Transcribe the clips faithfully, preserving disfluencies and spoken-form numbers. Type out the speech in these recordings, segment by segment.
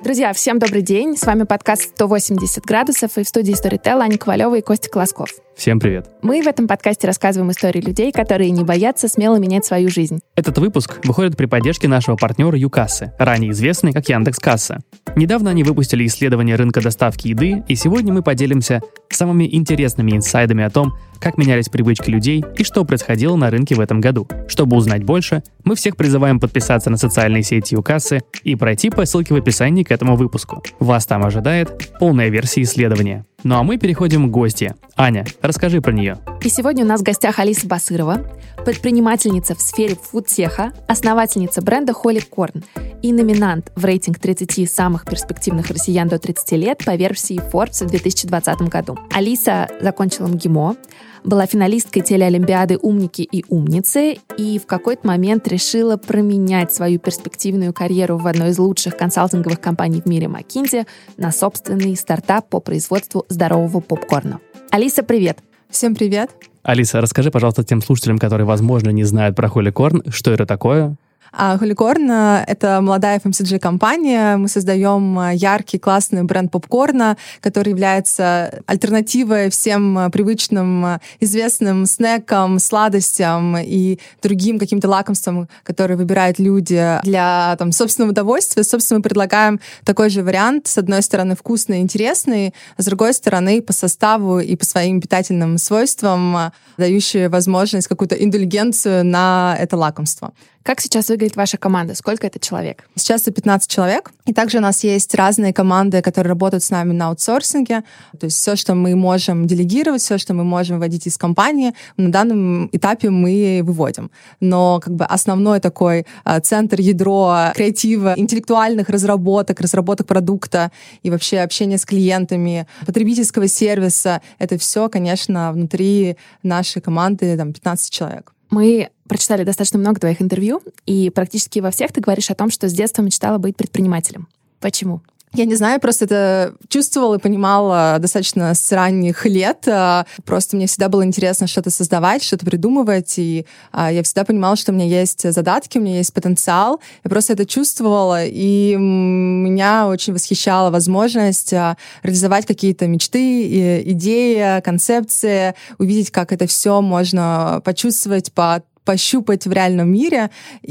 Друзья, всем добрый день. С вами подкаст сто восемьдесят градусов и в студии Storytel Аня Ковалева и Костя Колосков. Всем привет. Мы в этом подкасте рассказываем истории людей, которые не боятся смело менять свою жизнь. Этот выпуск выходит при поддержке нашего партнера Юкассы, ранее известный как Яндекс.Касса. Недавно они выпустили исследование рынка доставки еды, и сегодня мы поделимся самыми интересными инсайдами о том, как менялись привычки людей и что происходило на рынке в этом году. Чтобы узнать больше, мы всех призываем подписаться на социальные сети Юкассы и пройти по ссылке в описании к этому выпуску. Вас там ожидает полная версия исследования. Ну а мы переходим к гостье. Аня, расскажи про нее. И сегодня у нас в гостях Алиса Басырова, предпринимательница в сфере фудтеха, основательница бренда Holy Corn и номинант в рейтинг тридцати самых перспективных россиян до тридцати лет по версии Forbes в две тысячи двадцатом году. Алиса закончила МГИМО, была финалисткой телеолимпиады «Умники и умницы» и в какой-то момент решила променять свою перспективную карьеру в одной из лучших консалтинговых компаний в мире McKinsey на собственный стартап по производству здорового попкорна. Алиса, привет! Всем привет! Алиса, расскажи, пожалуйста, тем слушателям, которые, возможно, не знают про Holy Corn, что это такое? А Holy Corn — это молодая эф эм си джи-компания. Мы создаем яркий, классный бренд попкорна, который является альтернативой всем привычным, известным снекам, сладостям и другим каким-то лакомствам, которые выбирают люди для там, собственного удовольствия. Собственно, мы предлагаем такой же вариант. С одной стороны, вкусный и интересный, а с другой стороны, по составу и по своим питательным свойствам, дающий возможность какую-то индульгенцию на это лакомство. Как сейчас выглядит ваша команда? Сколько это человек? Сейчас это пятнадцать человек. И также у нас есть разные команды, которые работают с нами на аутсорсинге. То есть все, что мы можем делегировать, все, что мы можем вводить из компании, на данном этапе мы выводим. Но как бы основной такой центр, ядро креатива, интеллектуальных разработок, разработок продукта и вообще общения с клиентами, потребительского сервиса, это все, конечно, внутри нашей команды там, пятнадцать человек. Мы прочитали достаточно много твоих интервью, и практически во всех ты говоришь о том, что с детства мечтала быть предпринимателем. Почему? Я не знаю, просто это чувствовала и понимала достаточно с ранних лет. Просто мне всегда было интересно что-то создавать, что-то придумывать, и я всегда понимала, что у меня есть задатки, у меня есть потенциал. Я просто это чувствовала, и меня очень восхищала возможность реализовать какие-то мечты, идеи, концепции, увидеть, как это все можно почувствовать, по пощупать в реальном мире.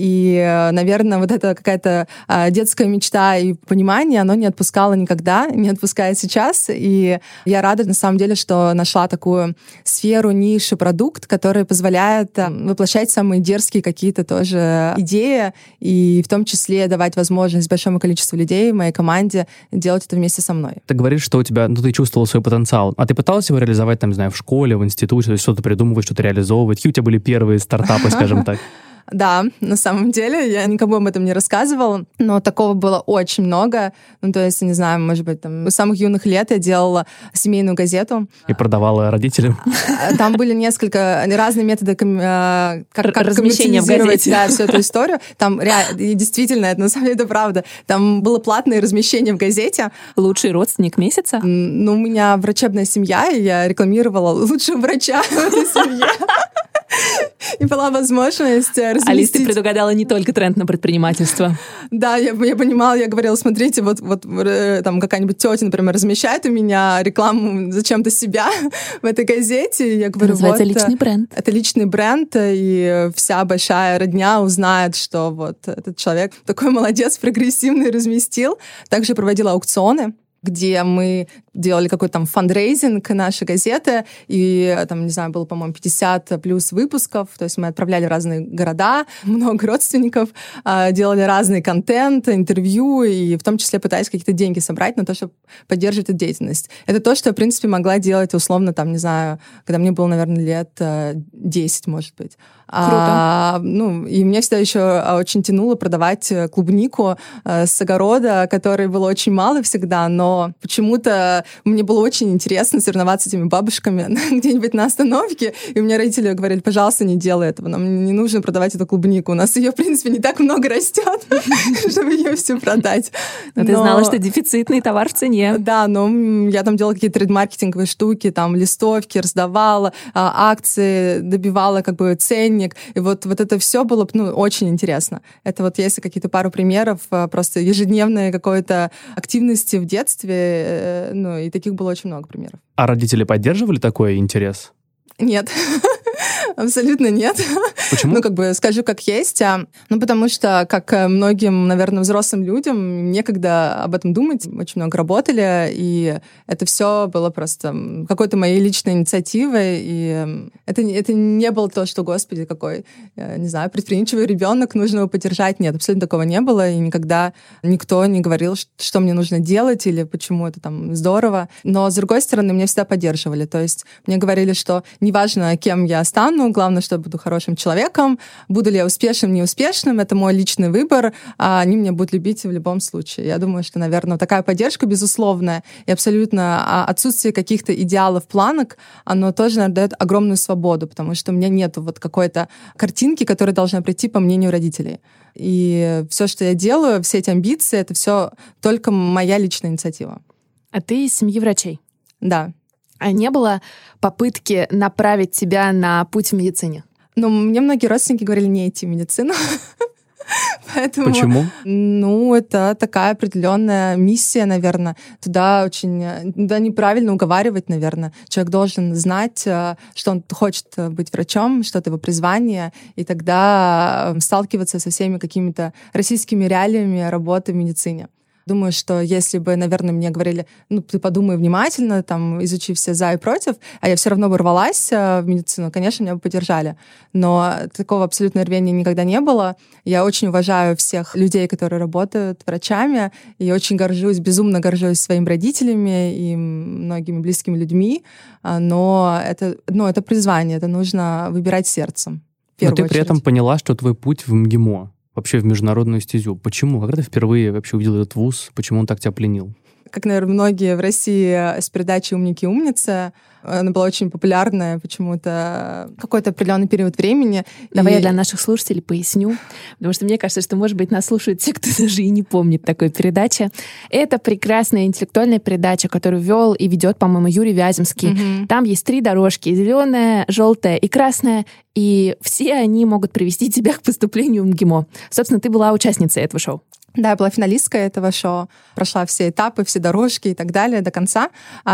И, наверное, вот эта какая-то детская мечта и понимание, оно не отпускало никогда, не отпускает сейчас. И я рада, на самом деле, что нашла такую сферу, нишу, продукт, который позволяет воплощать самые дерзкие какие-то тоже идеи, и в том числе давать возможность большому количеству людей в моей команде делать это вместе со мной. Ты говоришь, что у тебя, ну, ты чувствовал свой потенциал. А ты пыталась его реализовать, там, не знаю, в школе, в институте, то есть что-то придумывать, что-то реализовывать? Какие у тебя были первые стартапы, скажем так? Да, на самом деле, я никому об этом не рассказывала, но такого было очень много. Ну, то есть, не знаю, может быть, там, с самых юных лет я делала семейную газету. И продавала родителям? Там были несколько разные методы, как, как размещения в газете. Да, всю эту историю. Там реально, действительно, это на самом деле это правда. Там было платное размещение в газете. Лучший родственник месяца? Ну, у меня врачебная семья, и я рекламировала лучшего врача в этой семье. И была возможность разместить... Алис, ты предугадала не только тренд на предпринимательство. Да, я, я понимала, я говорила, смотрите, вот, вот там какая-нибудь тетя, например, размещает у меня рекламу зачем-то себя в этой газете. Я говорю, это называется вот, личный бренд. Это личный бренд, и вся большая родня узнает, что вот этот человек такой молодец, прогрессивный, разместил. Также проводила аукционы, где мы делали какой-то там фандрейзинг нашей газеты, и там, не знаю, было, по-моему, пятьдесят плюс выпусков, то есть мы отправляли в разные города, много родственников, делали разный контент, интервью, и в том числе пытались какие-то деньги собрать на то, чтобы поддерживать эту деятельность. Это то, что я, в принципе, могла делать условно, там, не знаю, когда мне было, наверное, лет десять, может быть. Круто. А, ну, и мне всегда еще очень тянуло продавать клубнику с огорода, которой было очень мало всегда, но почему-то мне было очень интересно соревноваться с этими бабушками где-нибудь на остановке, и у меня родители говорили, пожалуйста, не делай этого, нам не нужно продавать эту клубнику, у нас ее, в принципе, не так много растет, чтобы ее всю продать. Но ты знала, что дефицитный товар в цене. Да, но я там делала какие-то трейдмаркетинговые штуки, там листовки раздавала, акции, добивала как бы ценник, и вот, вот это все было, ну, очень интересно. Это вот если какие-то пару примеров, просто ежедневной какой-то активности в детстве, ну, и таких было очень много примеров. А родители поддерживали такой интерес? Нет. Абсолютно нет. Почему? Ну, как бы скажу, как есть. Ну, потому что, как многим, наверное, взрослым людям, некогда об этом думать. Очень много работали, и это все было просто какой-то моей личной инициативой. И это, это не было то, что, господи, какой, не знаю, предприимчивый ребенок, нужно его поддержать. Нет, абсолютно такого не было, и никогда никто не говорил, что мне нужно делать или почему это там здорово. Но, с другой стороны, меня всегда поддерживали. То есть мне говорили, что неважно, кем я стану, главное, что я буду хорошим человеком, буду ли я успешным, неуспешным, это мой личный выбор, а они меня будут любить в любом случае. Я думаю, что, наверное, такая поддержка безусловная и абсолютно отсутствие каких-то идеалов, планок, оно тоже, наверное, дает огромную свободу, потому что у меня нету вот какой-то картинки, которая должна прийти по мнению родителей. И все, что я делаю, все эти амбиции, это все только моя личная инициатива. А ты из семьи врачей? Да. А не было попытки направить тебя на путь в медицине? Ну, мне многие родственники говорили не идти в медицину. Поэтому, почему? Ну, это такая определенная миссия, наверное. Туда очень... Туда неправильно уговаривать, наверное. Человек должен знать, что он хочет быть врачом, что это его призвание, и тогда сталкиваться со всеми какими-то российскими реалиями работы в медицине. Думаю, что если бы, наверное, мне говорили, ну, ты подумай внимательно, там, изучи все за и против, а я все равно бы рвалась в медицину, конечно, меня бы поддержали. Но такого абсолютного рвения никогда не было. Я очень уважаю всех людей, которые работают врачами, и очень горжусь, безумно горжусь своими родителями и многими близкими людьми, но это, ну, это призвание, это нужно выбирать сердцем. Но ты при этом поняла, что твой путь в МГИМО, вообще в международную стезю. Почему? Когда ты впервые вообще увидела этот вуз? Почему он так тебя пленил? Как, наверное, многие в России с передачей «Умники, умницы», она была очень популярная почему-то какой-то определенный период времени. Давай и... я для наших слушателей поясню, потому что мне кажется, что, может быть, нас слушают те, кто даже и не помнит такой передачи. Это прекрасная интеллектуальная передача, которую вел и ведет, по-моему, Юрий Вяземский. Mm-hmm. Там есть три дорожки: зеленая, желтая и красная, и все они могут привести тебя к поступлению в МГИМО. Собственно, ты была участницей этого шоу. Да, я была финалисткой этого шоу, прошла все этапы, все дорожки и так далее до конца.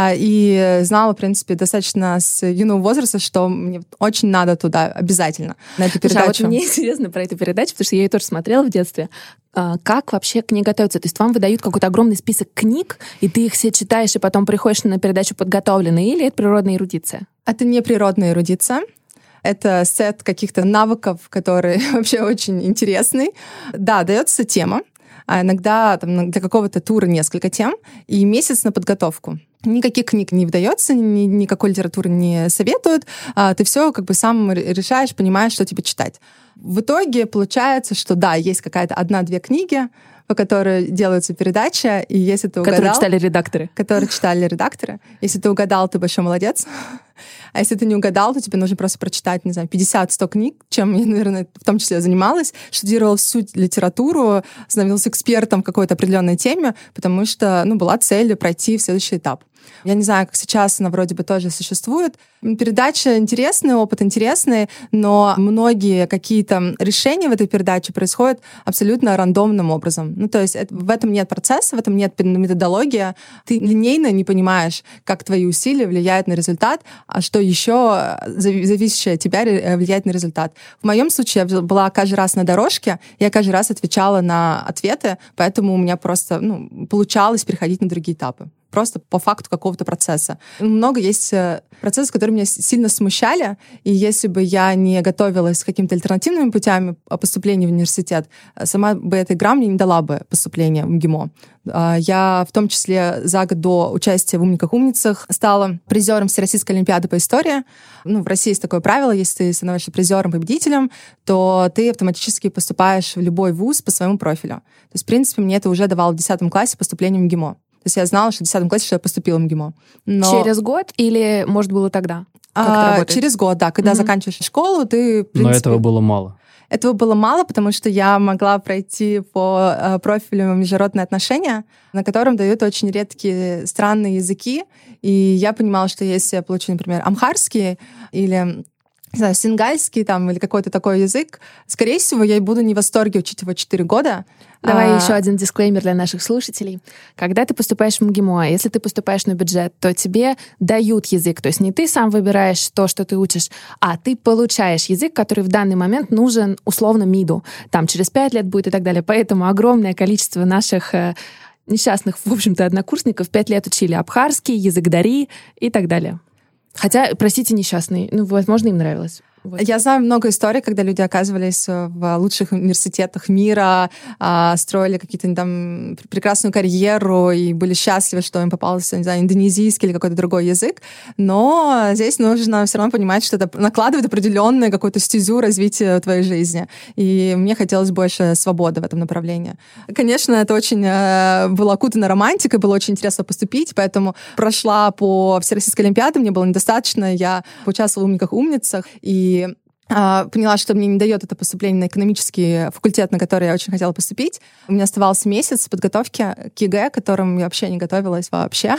И знала, в принципе, достаточно с юного возраста, что мне очень надо туда обязательно, на эту передачу. Слушай, а вот мне интересно про эту передачу, потому что я ее тоже смотрела в детстве. Как вообще к ней готовиться? То есть вам выдают какой-то огромный список книг, и ты их все читаешь, и потом приходишь на передачу подготовленный, или это природная эрудиция? Это не природная эрудиция. Это сет каких-то навыков, которые вообще очень интересный. Да, дается тема. А иногда там, для какого-то тура несколько тем, и месяц на подготовку. Никаких книг не выдается, ни, никакой литературы не советуют. А ты все как бы сам решаешь, понимаешь, что тебе читать. В итоге получается, что да, есть какая-то одна-две книги, по которой делается передача, и если ты угадал... Которые читали редакторы. Которые читали редакторы. Если ты угадал, ты большой молодец. А если ты не угадал, то тебе нужно просто прочитать, не знаю, пятьдесят-сто книг, чем я, наверное, в том числе занималась, штудировала всю литературу, становилась экспертом в какой-то определенной теме, потому что, ну, была цель пройти в следующий этап. Я не знаю, как сейчас она вроде бы тоже существует. Передача интересная, опыт интересный, но многие какие-то решения в этой передаче происходят абсолютно рандомным образом. Ну, то есть это, в этом нет процесса, в этом нет методологии. Ты линейно не понимаешь, как твои усилия влияют на результат, а что еще зависящее от тебя влияет на результат. В моем случае я была каждый раз на дорожке, я каждый раз отвечала на ответы, поэтому у меня просто, ну, получалось переходить на другие этапы. Просто по факту какого-то процесса. Много есть процессов, которые меня сильно смущали, и если бы я не готовилась какими-то альтернативными путями поступления в университет, сама бы эта игра мне не дала бы поступления в МГИМО. Я в том числе за год до участия в «Умниках-умницах» стала призером Всероссийской олимпиады по истории. Ну, в России есть такое правило: если ты становишься призером-победителем, то ты автоматически поступаешь в любой вуз по своему профилю. То есть, в принципе, мне это уже давало в десятом классе поступление в МГИМО. есть я знала, что в десятом классе, что я поступила в МГИМО. Но... Через год или, может, было тогда? Как а, это через год, да. Когда mm-hmm. заканчиваешь школу, ты, в принципе... Но этого было мало. Этого было мало, потому что я могла пройти по э, профилю международные отношения, на котором дают очень редкие странные языки. И я понимала, что если я получу, например, амхарский или... не знаю, сингальский там или какой-то такой язык, скорее всего, я буду не в восторге учить его четыре года. Давай а... еще один дисклеймер для наших слушателей. Когда ты поступаешь в МГИМО, если ты поступаешь на бюджет, то тебе дают язык. То есть не ты сам выбираешь то, что ты учишь, а ты получаешь язык, который в данный момент нужен условно МИДу. Там через пять лет будет и так далее. Поэтому огромное количество наших э, несчастных, в общем-то, однокурсников пять лет учили абхарский, язык дари и так далее. Хотя, простите, несчастный, ну, возможно, им нравилось. Вот. Я знаю много историй, когда люди оказывались в лучших университетах мира, строили какие-то там прекрасную карьеру и были счастливы, что им попался, не знаю, индонезийский или какой-то другой язык. Но здесь нужно все равно понимать, что это накладывает определенную какую-то стезю развития твоей жизни. И мне хотелось больше свободы в этом направлении. Конечно, это очень было окутано романтикой, было очень интересно поступить, поэтому прошла по Всероссийской олимпиаде, мне было недостаточно, я поучаствовала в «Умниках-умницах», и И поняла, что мне не дает это поступление на экономический факультет, на который я очень хотела поступить. У меня оставался месяц подготовки к ЕГЭ, к которому я вообще не готовилась вообще.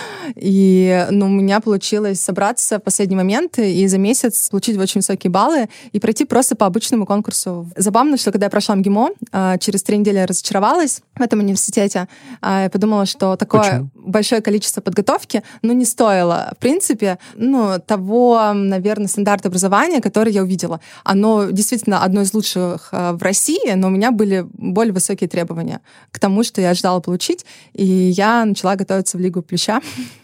И ну, у меня получилось собраться в последний момент и за месяц получить очень высокие баллы и пройти просто по обычному конкурсу. Забавно, что когда я прошла МГИМО, через три недели я разочаровалась в этом университете. Я подумала, что такое Почему? большое количество подготовки, ну, не стоило, в принципе, ну, того, наверное, стандарта образования, который я увидела. Оно действительно одно из лучших в России, но у меня были более высокие требования к тому, что я ожидала получить, и я начала готовиться в Лигу Плюща.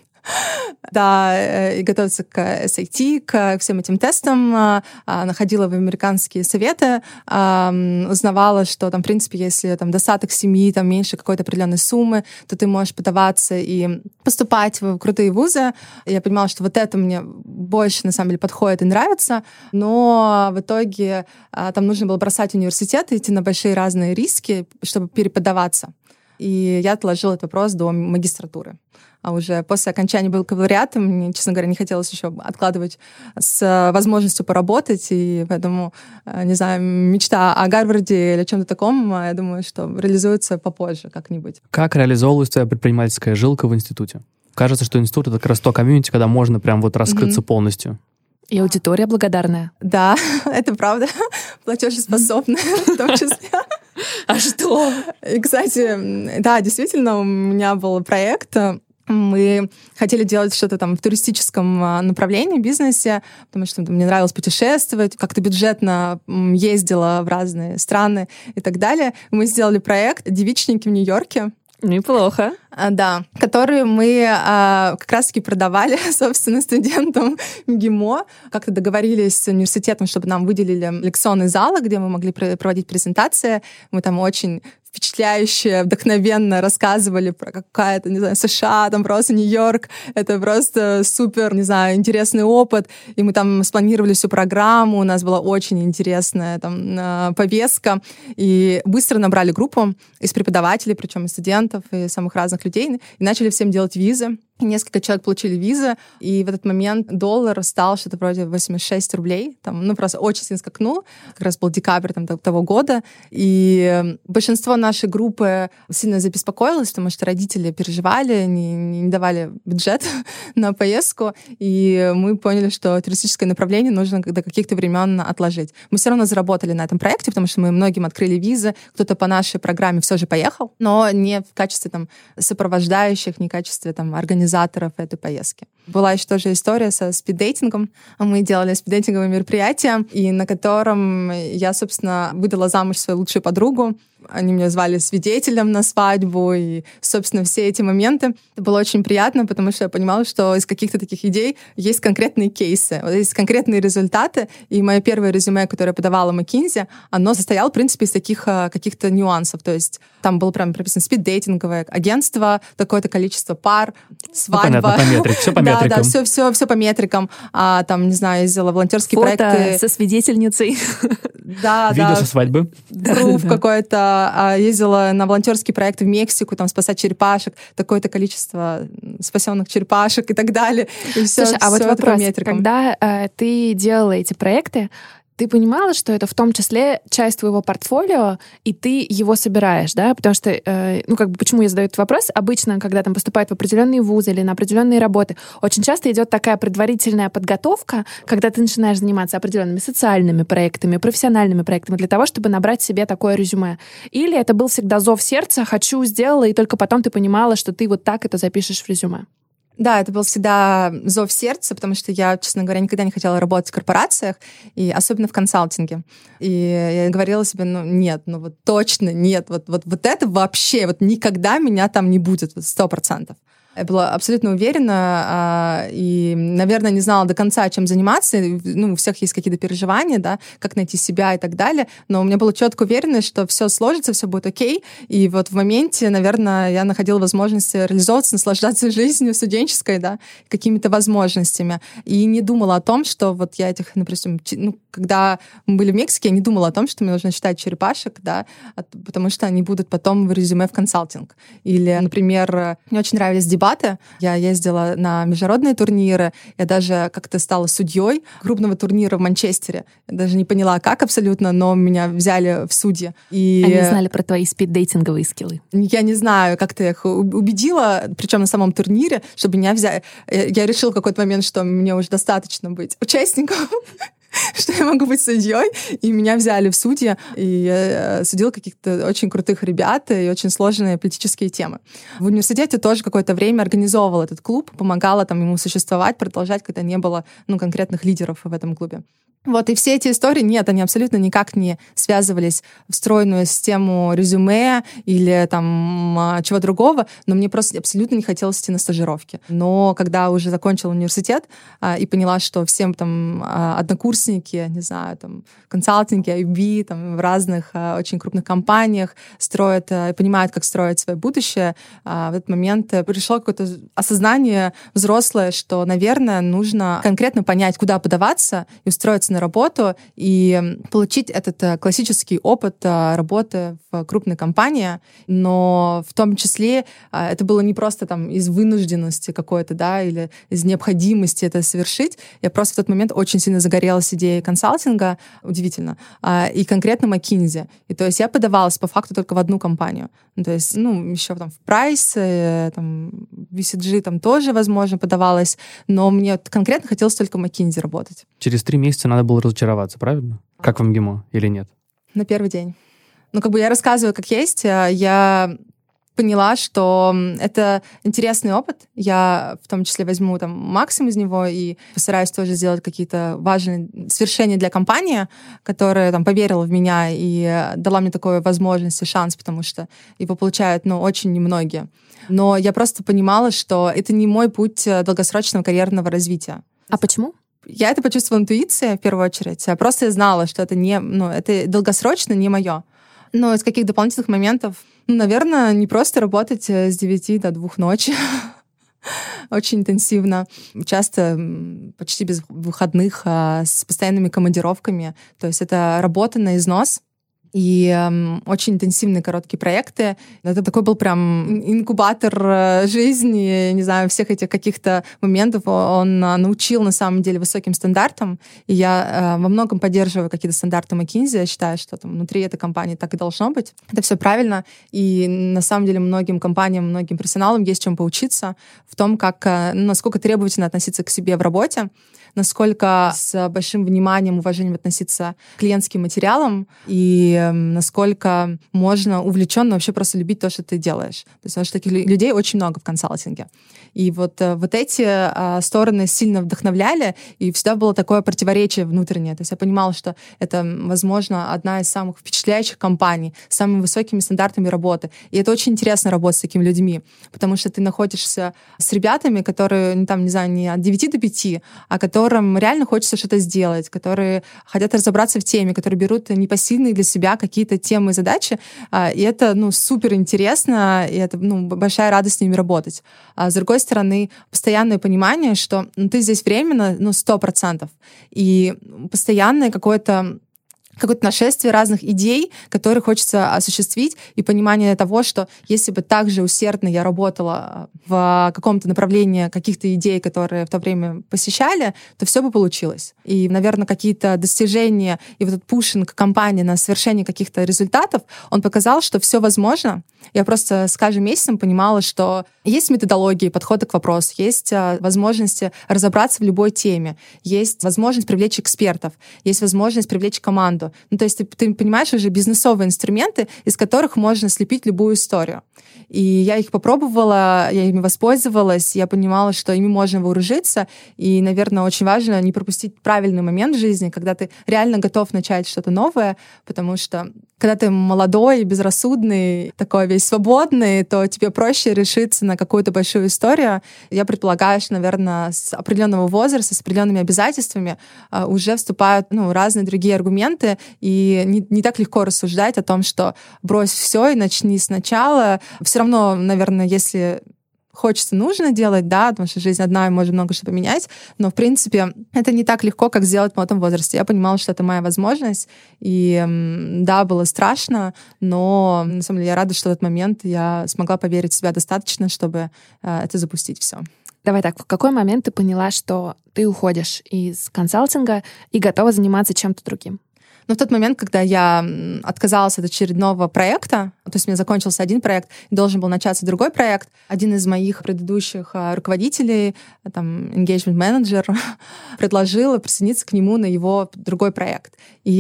Да, и готовиться к эс эй ти, к всем этим тестам, находила в американские советы, узнавала, что там, в принципе, если там достаток семьи, там меньше какой-то определенной суммы, то ты можешь подаваться и поступать в крутые вузы. И я понимала, что вот это мне больше, на самом деле, подходит и нравится, но в итоге там нужно было бросать университет и идти на большие разные риски, чтобы переподаваться. И я отложила этот вопрос до магистратуры. А уже после окончания бакалавриата мне, честно говоря, не хотелось еще откладывать с возможностью поработать, и поэтому, не знаю, мечта о Гарварде или о чем-то таком, я думаю, что реализуется попозже как-нибудь. Как реализовывалась твоя предпринимательская жилка в институте? Кажется, что институт — это как раз то комьюнити, когда можно прям вот раскрыться mm-hmm. полностью. И аудитория благодарная. Да, это правда. Платежеспособная в том числе. А что? И, кстати, да, действительно, у меня был проект. Мы хотели делать что-то там в туристическом направлении, бизнесе, потому что мне нравилось путешествовать, как-то бюджетно ездила в разные страны и так далее. Мы сделали проект «Девичники в Нью-Йорке». Неплохо. Да, которые мы а, как раз-таки продавали, собственно, студентам МГИМО. Как-то договорились с университетом, чтобы нам выделили лекционные залы, где мы могли проводить презентации. Мы там очень впечатляюще, вдохновенно рассказывали про какая-то, не знаю, США, там просто Нью-Йорк. Это просто супер, не знаю, интересный опыт. И мы там спланировали всю программу, у нас была очень интересная там повестка. И быстро набрали группу из преподавателей, причем и студентов, и самых разных людей, и начали всем делать визы. И несколько человек получили визы, и в этот момент доллар стал что-то вроде восемьдесят шесть рублей. Там, ну, просто очень сильно скакнул. Как раз был декабрь там, того года. И большинство нашей группы сильно забеспокоилось, потому что родители переживали, не, не давали бюджет на поездку. И мы поняли, что туристическое направление нужно до каких-то времен отложить. Мы все равно заработали на этом проекте, потому что мы многим открыли визы. Кто-то по нашей программе все же поехал, но не в качестве там, сопровождающих, не в качестве там, организаторов этой поездки. Была еще тоже история со спиддейтингом. Мы делали спиддейтинговое мероприятие, и на котором я, собственно, выдала замуж свою лучшую подругу. Они меня звали свидетелем на свадьбу, и, собственно, все эти моменты. Это было очень приятно, потому что я понимала, что из каких-то таких идей есть конкретные кейсы, вот есть конкретные результаты. И мое первое резюме, которое я подавала McKinsey, оно состояло, в принципе, из таких каких-то нюансов. То есть там было прям прописано спиддейтинговое агентство, такое-то количество пар, свадьба. Ну, понятно, по метрикам, все по метрикам. Да, да, все, все, все по метрикам. А, там, не знаю, ездила волонтерские Фото проекты. со свидетельницей. Да, Видео да. со свадьбы. Пруф какой-то а, ездила на волонтерский проект в Мексику, там, спасать черепашек, такое-то количество спасенных черепашек и так далее. И все, Слушай, а вот вопрос, когда э, ты делала эти проекты, ты понимала, что это в том числе часть твоего портфолио, и ты его собираешь, да? Потому что, э, ну, как бы, почему я задаю этот вопрос? Обычно, когда там поступают в определенные вузы или на определенные работы, очень часто идет такая предварительная подготовка, когда ты начинаешь заниматься определенными социальными проектами, профессиональными проектами для того, чтобы набрать себе такое резюме. Или это был всегда зов сердца, хочу, сделала, и только потом ты понимала, что ты вот так это запишешь в резюме? Да, это был всегда зов сердца, потому что я, честно говоря, никогда не хотела работать в корпорациях, и особенно в консалтинге. И я говорила себе, ну нет, ну вот точно нет, вот, вот, вот это вообще, вот никогда меня там не будет, вот сто процентов. Я была абсолютно уверена и, наверное, не знала до конца, чем заниматься. Ну, у всех есть какие-то переживания, да, как найти себя и так далее. Но у меня была четкая уверенность, что все сложится, все будет окей. И вот в моменте, наверное, я находила возможность реализовываться, наслаждаться жизнью студенческой, да, какими-то возможностями. И не думала о том, что вот я этих, например, ну, когда мы были в Мексике, я не думала о том, что мне нужно читать черепашек, да, потому что они будут потом в резюме в консалтинг. Или, например, мне очень нравились дебаты. Я ездила на международные турниры, я даже как-то стала судьей крупного турнира в Манчестере. Я даже не поняла, как абсолютно, но меня взяли в судьи. И они знали про твои спид-дейтинговые скиллы. Я не знаю, как ты их убедила, причем на самом турнире, чтобы меня взяли. Я решила в какой-то момент, что мне уже достаточно быть участником, что я могу быть судьей, и меня взяли в судьи, и я судила каких-то очень крутых ребят и очень сложные политические темы. В университете тоже какое-то время организовывала этот клуб, помогала там ему существовать, продолжать, когда не было, ну, конкретных лидеров в этом клубе. Вот, и все эти истории, нет, они абсолютно никак не связывались в встроенную систему резюме или там чего другого, но мне просто абсолютно не хотелось идти на стажировки. Но когда уже закончила университет а, и поняла, что всем там однокурсники, не знаю, там консалтинги, ай би, там в разных а, очень крупных компаниях строят и понимают, как строить свое будущее, а, в этот момент пришло какое-то осознание взрослое, что, наверное, нужно конкретно понять, куда подаваться и устроиться на работу и получить этот классический опыт работы в крупной компании, но в том числе это было не просто там из вынужденности какой-то, да, или из необходимости это совершить. Я просто в тот момент очень сильно загорелась идеей консалтинга, удивительно, и конкретно McKinsey. И то есть я подавалась по факту только в одну компанию. То есть, ну, еще там в Price, там, в би си джи там тоже, возможно, подавалась, но мне конкретно хотелось только в McKinsey работать. Через три месяца надо было разочароваться, правильно? Как в МГИМО или нет? На первый день. Ну, как бы я рассказываю, как есть. Я поняла, что это интересный опыт. Я в том числе возьму там максимум из него и постараюсь тоже сделать какие-то важные свершения для компании, которая там поверила в меня и дала мне такую возможность и шанс, потому что его получают, ну, очень немногие. Но я просто понимала, что это не мой путь долгосрочного карьерного развития. А почему? Я это почувствовала интуицией, в первую очередь. Я просто знала, что это не, ну, это долгосрочно не мое. Но из каких дополнительных моментов, ну, наверное, не просто работать с девяти до двух ночи. Очень интенсивно. Часто почти без выходных, с постоянными командировками. То есть это работа на износ. И э, очень интенсивные короткие проекты. Это такой был прям инкубатор жизни, не знаю, всех этих каких-то моментов. Он научил, на самом деле, высоким стандартам. И я э, во многом поддерживаю какие-то стандарты McKinsey. Я считаю, что там внутри этой компании так и должно быть. Это все правильно. И на самом деле многим компаниям, многим профессионалам есть чем поучиться в том, как, ну, насколько требовательно относиться к себе в работе, насколько с большим вниманием, уважением относиться к клиентским материалам и насколько можно увлеченно вообще просто любить то, что ты делаешь. То есть, потому что таких людей очень много в консалтинге. И вот, вот эти а, стороны сильно вдохновляли, и всегда было такое противоречие внутреннее. То есть я понимала, что это, возможно, одна из самых впечатляющих компаний с самыми высокими стандартами работы. И это очень интересно работать с такими людьми, потому что ты находишься с ребятами, которые, там, не знаю, не от девяти до пяти, а которым реально хочется что-то сделать, которые хотят разобраться в теме, которые берут непосильные для себя какие-то темы и задачи. И это, ну, супер интересно, и это, ну, большая радость с ними работать. А с другой стороны, постоянное понимание, что, ну, ты здесь временно, ну, сто процентов. И постоянное какое-то какое-то нашествие разных идей, которые хочется осуществить, и понимание того, что если бы так же усердно я работала в каком-то направлении каких-то идей, которые в то время посещали, то все бы получилось. И, наверное, какие-то достижения и вот этот пушинг компании на совершение каких-то результатов, он показал, что все возможно. Я просто с каждым месяцем понимала, что есть методологии, подходы к вопросу, есть возможности разобраться в любой теме, есть возможность привлечь экспертов, есть возможность привлечь команду. Ну, то есть ты, ты понимаешь уже бизнесовые инструменты, из которых можно слепить любую историю. И я их попробовала, я ими воспользовалась, я понимала, что ими можно вооружиться, и, наверное, очень важно не пропустить правильный момент в жизни, когда ты реально готов начать что-то новое, потому что когда ты молодой, безрассудный, такой весь свободный, то тебе проще решиться на какую-то большую историю. Я предполагаю, что, наверное, с определенного возраста, с определенными обязательствами uh, уже вступают ну, разные другие аргументы, и не, не так легко рассуждать о том, что брось все и начни сначала. Все равно, наверное, если хочется, нужно делать, да, потому что жизнь одна, и можно много что поменять, но, в принципе, это не так легко, как сделать в молодом возрасте. Я понимала, что это моя возможность, и да, было страшно, но, на самом деле, я рада, что в этот момент я смогла поверить в себя достаточно, чтобы э, это запустить все. Давай так, в какой момент ты поняла, что ты уходишь из консалтинга и готова заниматься чем-то другим? Но в тот момент, когда я отказалась от очередного проекта, то есть у меня закончился один проект, и должен был начаться другой проект, один из моих предыдущих руководителей, там, engagement manager, предложил присоединиться к нему на его другой проект. И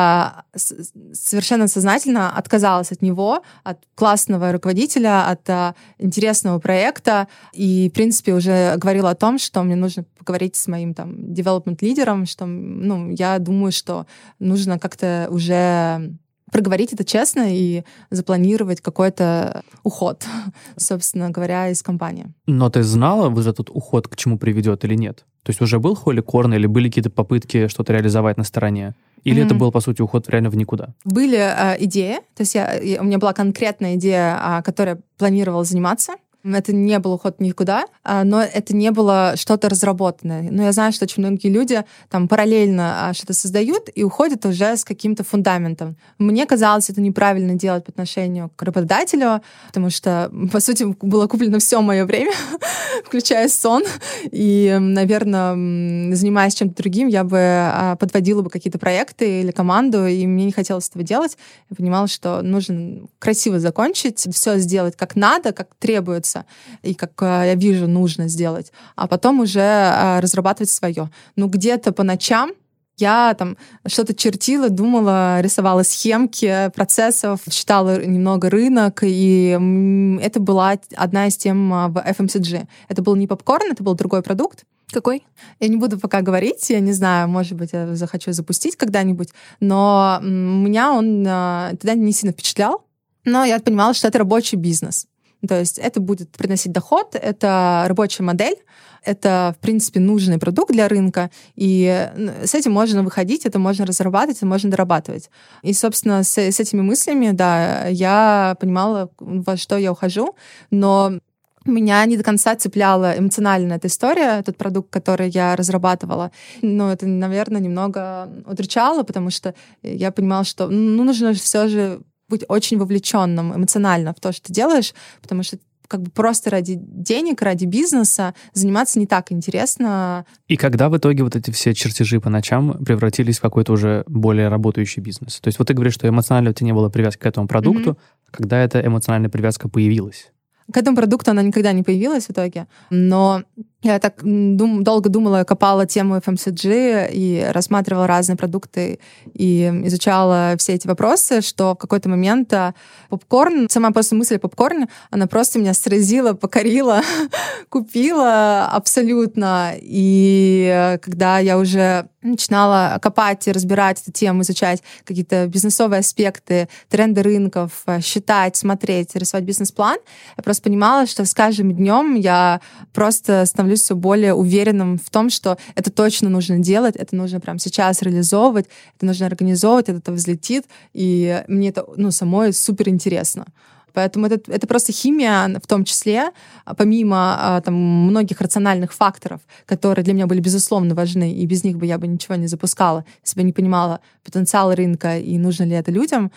я совершенно сознательно отказалась от него, от классного руководителя, от интересного проекта, и, в принципе, уже говорила о том, что мне нужно поговорить с моим там development-лидером, что, ну, я думаю, что нужно как-то уже проговорить это честно и запланировать какой-то уход, собственно говоря, из компании. Но ты знала вот этот уход к чему приведет или нет? То есть уже был Холли Корн или были какие-то попытки что-то реализовать на стороне? Или mm-hmm. это был, по сути, уход реально в никуда? Были э, идеи, то есть я, я, у меня была конкретная идея, э, которой я планировала заниматься. Это не был уход никуда, но это не было что-то разработанное. Но я знаю, что очень многие люди там параллельно что-то создают и уходят уже с каким-то фундаментом. Мне казалось, это неправильно делать по отношению к работодателю, потому что, по сути, было куплено все мое время, включая сон. И, наверное, занимаясь чем-то другим, я бы подводила бы какие-то проекты или команду, и мне не хотелось этого делать. Я понимала, что нужно красиво закончить, все сделать как надо, как требуется, и как я вижу, нужно сделать, а потом уже разрабатывать свое. Ну, где-то по ночам я там что-то чертила, думала, рисовала схемки процессов, считала немного рынок, и это была одна из тем в эф эм си джи. Это был не попкорн, это был другой продукт. Какой? Я не буду пока говорить, я не знаю, может быть, я захочу запустить когда-нибудь, но меня он тогда не сильно впечатлял, но я понимала, что это рабочий бизнес. То есть это будет приносить доход, это рабочая модель, это, в принципе, нужный продукт для рынка, и с этим можно выходить, это можно разрабатывать, это можно дорабатывать. И, собственно, с, с этими мыслями, да, я понимала, во что я ухожу, но меня не до конца цепляла эмоционально эта история, тот продукт, который я разрабатывала. Но это, наверное, немного удручало, потому что я понимала, что ну, нужно все же быть очень вовлеченным эмоционально в то, что ты делаешь, потому что как бы просто ради денег, ради бизнеса заниматься не так интересно. И когда в итоге вот эти все чертежи по ночам превратились в какой-то уже более работающий бизнес? То есть вот ты говоришь, что эмоционально у тебя не было привязки к этому продукту, mm-hmm. когда эта эмоциональная привязка появилась? К этому продукту она никогда не появилась в итоге, но я так дум, долго думала, копала тему эф эм си джи и рассматривала разные продукты и изучала все эти вопросы, что в какой-то момент попкорн, сама просто мысль о попкорне, она просто меня сразила, покорила, купила абсолютно. И когда я уже начинала копать и разбирать эту тему, изучать какие-то бизнесовые аспекты, тренды рынков, считать, смотреть, рисовать бизнес-план, я просто понимала, что с каждым днем я просто становлюсь все более уверенным в том, что это точно нужно делать, это нужно прямо сейчас реализовывать, это нужно организовывать, это взлетит, и мне это ну, самой супер интересно. Поэтому это, это просто химия в том числе, помимо там, многих рациональных факторов, которые для меня были безусловно важны, и без них бы я бы ничего не запускала, если бы не понимала потенциал рынка и нужно ли это людям.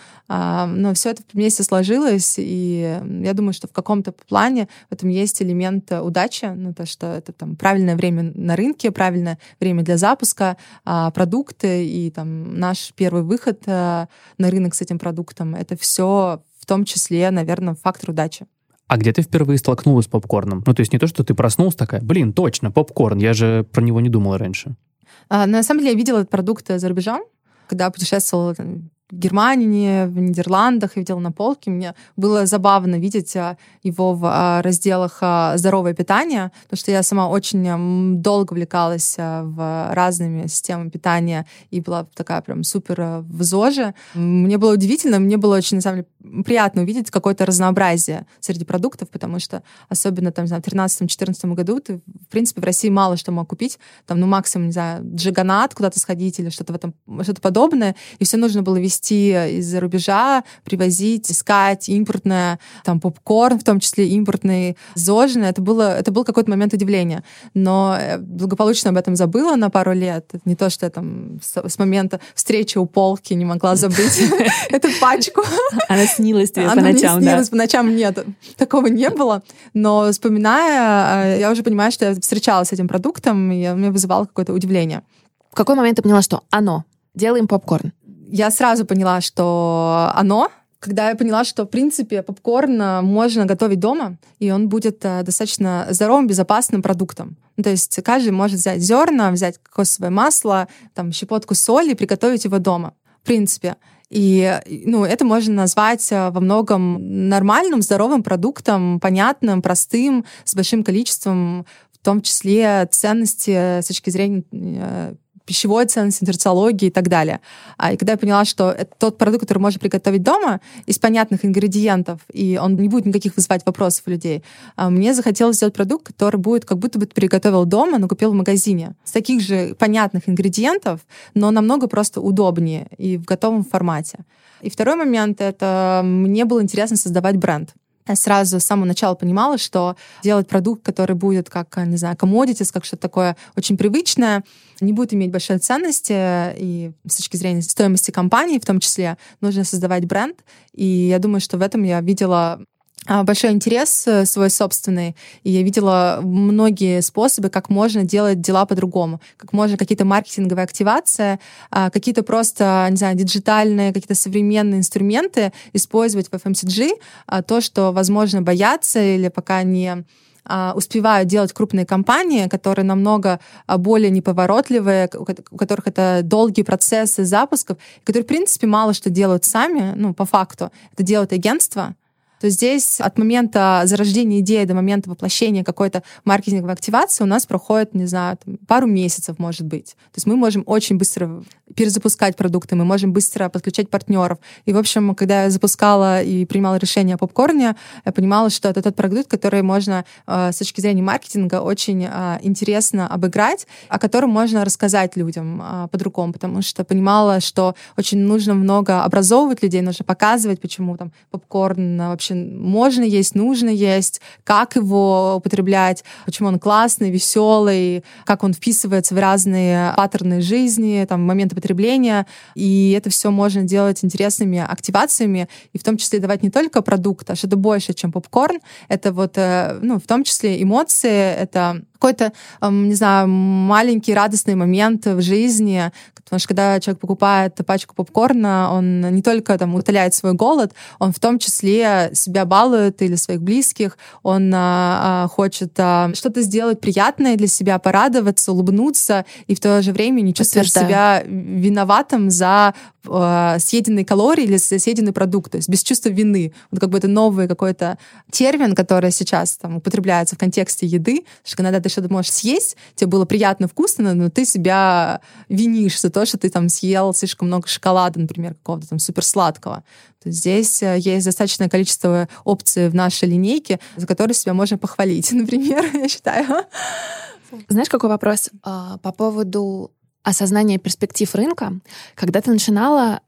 Но все это вместе сложилось, и я думаю, что в каком-то плане в этом есть элемент удачи, ну, то, что это там, правильное время на рынке, правильное время для запуска, продукты и там, наш первый выход на рынок с этим продуктом. Это все в том числе, наверное, фактор удачи. А где ты впервые столкнулась с попкорном? Ну, то есть не то, что ты проснулась такая, блин, точно, попкорн, я же про него не думала раньше. А, на самом деле я видела этот продукт за рубежом, когда путешествовала там, в Германии, в Нидерландах, я видела на полке. Мне было забавно видеть его в разделах «Здоровое питание», потому что я сама очень долго увлекалась в разными системами питания и была такая прям супер в ЗОЖе. Мне было удивительно, мне было очень, на самом деле, приятно увидеть какое-то разнообразие среди продуктов, потому что особенно там, не знаю, в тринадцатом-четырнадцатом году ты, в принципе, в России мало что мог купить. Там, ну, максимум, не знаю, джиганат куда-то сходить или что-то в этом, что-то подобное. И все нужно было вести из-за рубежа, привозить, искать импортное, там, попкорн, в том числе импортный, зожный. Это было, это был какой-то момент удивления. Но благополучно об этом забыла на пару лет. Это не то, что я там с, с момента встречи у полки не могла забыть эту пачку. Она снилась тебе по ночам, да? Она ночам, мне снилась по ночам, нет. Такого не было. Но вспоминая, я уже понимаю, что я встречалась с этим продуктом, и мне вызывало какое-то удивление. В какой момент ты поняла, что оно? Делаем попкорн. Я сразу поняла, что оно, когда я поняла, что, в принципе, попкорн можно готовить дома, и он будет достаточно здоровым, безопасным продуктом. Ну, то есть каждый может взять зерна, взять кокосовое масло, там, щепотку соли и приготовить его дома, в принципе. И ну, это можно назвать во многом нормальным, здоровым продуктом, понятным, простым, с большим количеством, в том числе ценности с точки зрения пищевой ценности, нутрициологии и так далее. И когда я поняла, что это тот продукт, который можно приготовить дома из понятных ингредиентов, и он не будет никаких вызывать вопросов у людей, мне захотелось сделать продукт, который будет как будто бы ты приготовил дома, но купил в магазине. С таких же понятных ингредиентов, но намного просто удобнее и в готовом формате. И второй момент — это мне было интересно создавать бренд. Я сразу с самого начала понимала, что делать продукт, который будет как, не знаю, commodities, как что-то такое очень привычное, не будет иметь большой ценности, и с точки зрения стоимости компании в том числе нужно создавать бренд. И я думаю, что в этом я видела большой интерес свой собственный, и я видела многие способы, как можно делать дела по-другому, как можно какие-то маркетинговые активации, какие-то просто, не знаю, диджитальные, какие-то современные инструменты использовать в эф эм си джи, то, что, возможно, боятся или пока не успевают делать крупные компании, которые намного более неповоротливые, у которых это долгие процессы запусков, которые, в принципе, мало что делают сами, ну, по факту. Это делают агентства. То здесь от момента зарождения идеи до момента воплощения какой-то маркетинговой активации у нас проходит, не знаю, там, пару месяцев, может быть. То есть мы можем очень быстро перезапускать продукты, мы можем быстро подключать партнеров. И, в общем, когда я запускала и принимала решение о попкорне, я понимала, что это тот продукт, который можно э, с точки зрения маркетинга очень э, интересно обыграть, о котором можно рассказать людям э, по-другому, потому что понимала, что очень нужно много образовывать людей, нужно показывать, почему там попкорн вообще можно есть, нужно есть, как его употреблять, почему он классный, веселый, как он вписывается в разные паттерны жизни, там, моменты потребления. И это все можно делать интересными активациями, и в том числе давать не только продукт, а что-то больше, чем попкорн. Это вот, ну, в том числе эмоции, это какой-то, не знаю, маленький радостный момент в жизни, потому что когда человек покупает пачку попкорна, он не только там утоляет свой голод, он в том числе себя балует или своих близких, он а, хочет а, что-то сделать приятное для себя, порадоваться, улыбнуться и в то же время не чувствовать себя виноватым за а, съеденные калории или за съеденный продукт, то есть без чувства вины. Вот как бы это новый какой-то термин, который сейчас там употребляется в контексте еды, что иногда ты что-то можешь съесть, тебе было приятно, вкусно, но ты себя винишь за то, что ты там съел слишком много шоколада, например, какого-то там суперсладкого. То есть здесь есть достаточное количество опций в нашей линейке, за которые себя можно похвалить, например, я считаю. Знаешь, какой вопрос по поводу осознания перспектив рынка? Когда ты начинала,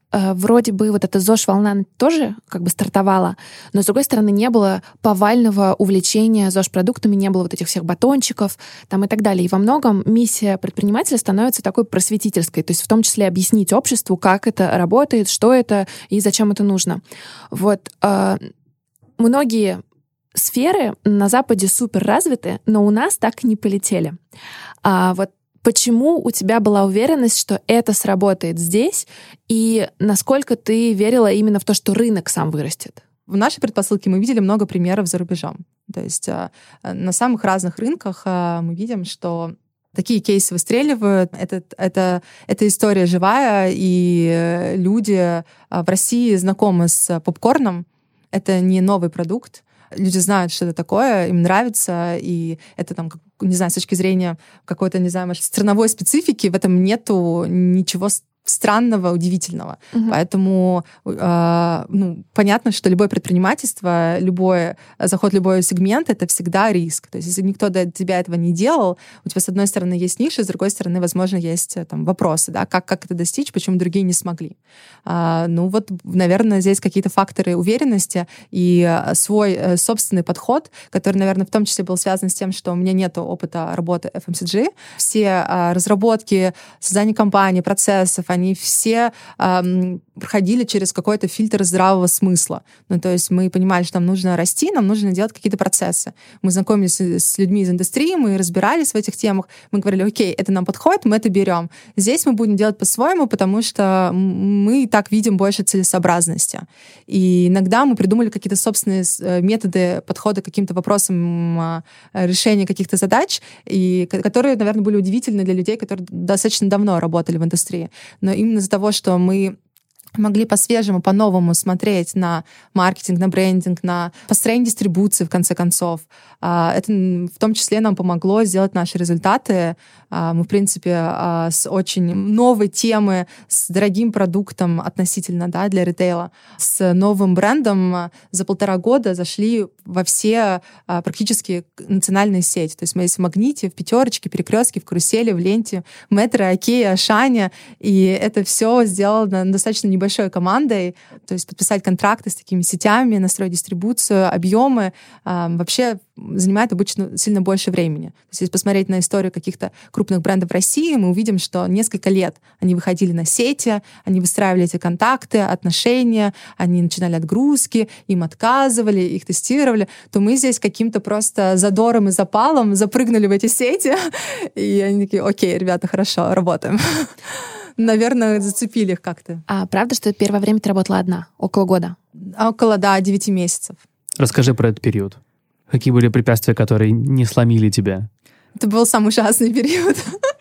вроде бы вот эта ЗОЖ-волна тоже как бы стартовала, но, с другой стороны, не было повального увлечения ЗОЖ-продуктами, не было вот этих всех батончиков там и так далее. И во многом миссия предпринимателя становится такой просветительской, то есть в том числе объяснить обществу, как это работает, что это и зачем это нужно. Вот. Многие сферы на Западе супер развиты, но у нас так и не полетели. А вот почему у тебя была уверенность, что это сработает здесь, и насколько ты верила именно в то, что рынок сам вырастет? В нашей предпосылке мы видели много примеров за рубежом. То есть на самых разных рынках мы видим, что такие кейсы выстреливают. Это, это, это история живая, и люди в России знакомы с попкорном. Это не новый продукт. Люди знают, что это такое, им нравится, и это там, не знаю, с точки зрения какой-то, не знаю, может, страновой специфики в этом нету ничего странного, удивительного. Угу. Поэтому э, ну, понятно, что любое предпринимательство, любой заход в любой сегмент — это всегда риск. То есть если никто до тебя этого не делал, у тебя, с одной стороны, есть ниша, с другой стороны, возможно, есть там вопросы, да, как, как это достичь, почему другие не смогли. А, ну вот, наверное, здесь какие-то факторы уверенности и свой собственный подход, который, наверное, в том числе был связан с тем, что у меня нет опыта работы эф эм си джи. Все а, разработки, создание компаний, процессов, они все эм, проходили через какой-то фильтр здравого смысла. Ну, то есть мы понимали, что нам нужно расти, нам нужно делать какие-то процессы. Мы знакомились с людьми из индустрии, мы разбирались в этих темах, мы говорили, окей, это нам подходит, мы это берем. Здесь мы будем делать по-своему, потому что мы и так видим больше целесообразности. И иногда мы придумали какие-то собственные методы подхода к каким-то вопросам, решения каких-то задач, и которые, наверное, были удивительны для людей, которые достаточно давно работали в индустрии. Но именно из-за того, что мы могли по-свежему, по-новому смотреть на маркетинг, на брендинг, на построение дистрибуции, в конце концов. Это в том числе нам помогло сделать наши результаты. Мы, в принципе, с очень новой темы, с дорогим продуктом относительно, да, для ритейла, с новым брендом за полтора года зашли во все практически национальные сети. То есть мы есть в Магните, в Пятерочке, Перекрестке, в Карусели, в Ленте, Метро, Окей, Ашане. И это все сделано достаточно небольшой командой. То есть подписать контракты с такими сетями, настроить дистрибуцию, объемы вообще занимает обычно сильно больше времени. То есть если посмотреть на историю каких-то крупных брендов в России, мы увидим, что несколько лет они выходили на сети, они выстраивали эти контакты, отношения, они начинали отгрузки, им отказывали, их тестировали, то мы здесь каким-то просто задором и запалом запрыгнули в эти сети, и они такие, окей, ребята, хорошо, работаем. Наверное, зацепили их как-то. А правда, что первое время ты работала одна? Около года? Около, да, девяти месяцев. Расскажи про этот период. Какие были препятствия, которые не сломили тебя? Это был самый ужасный период.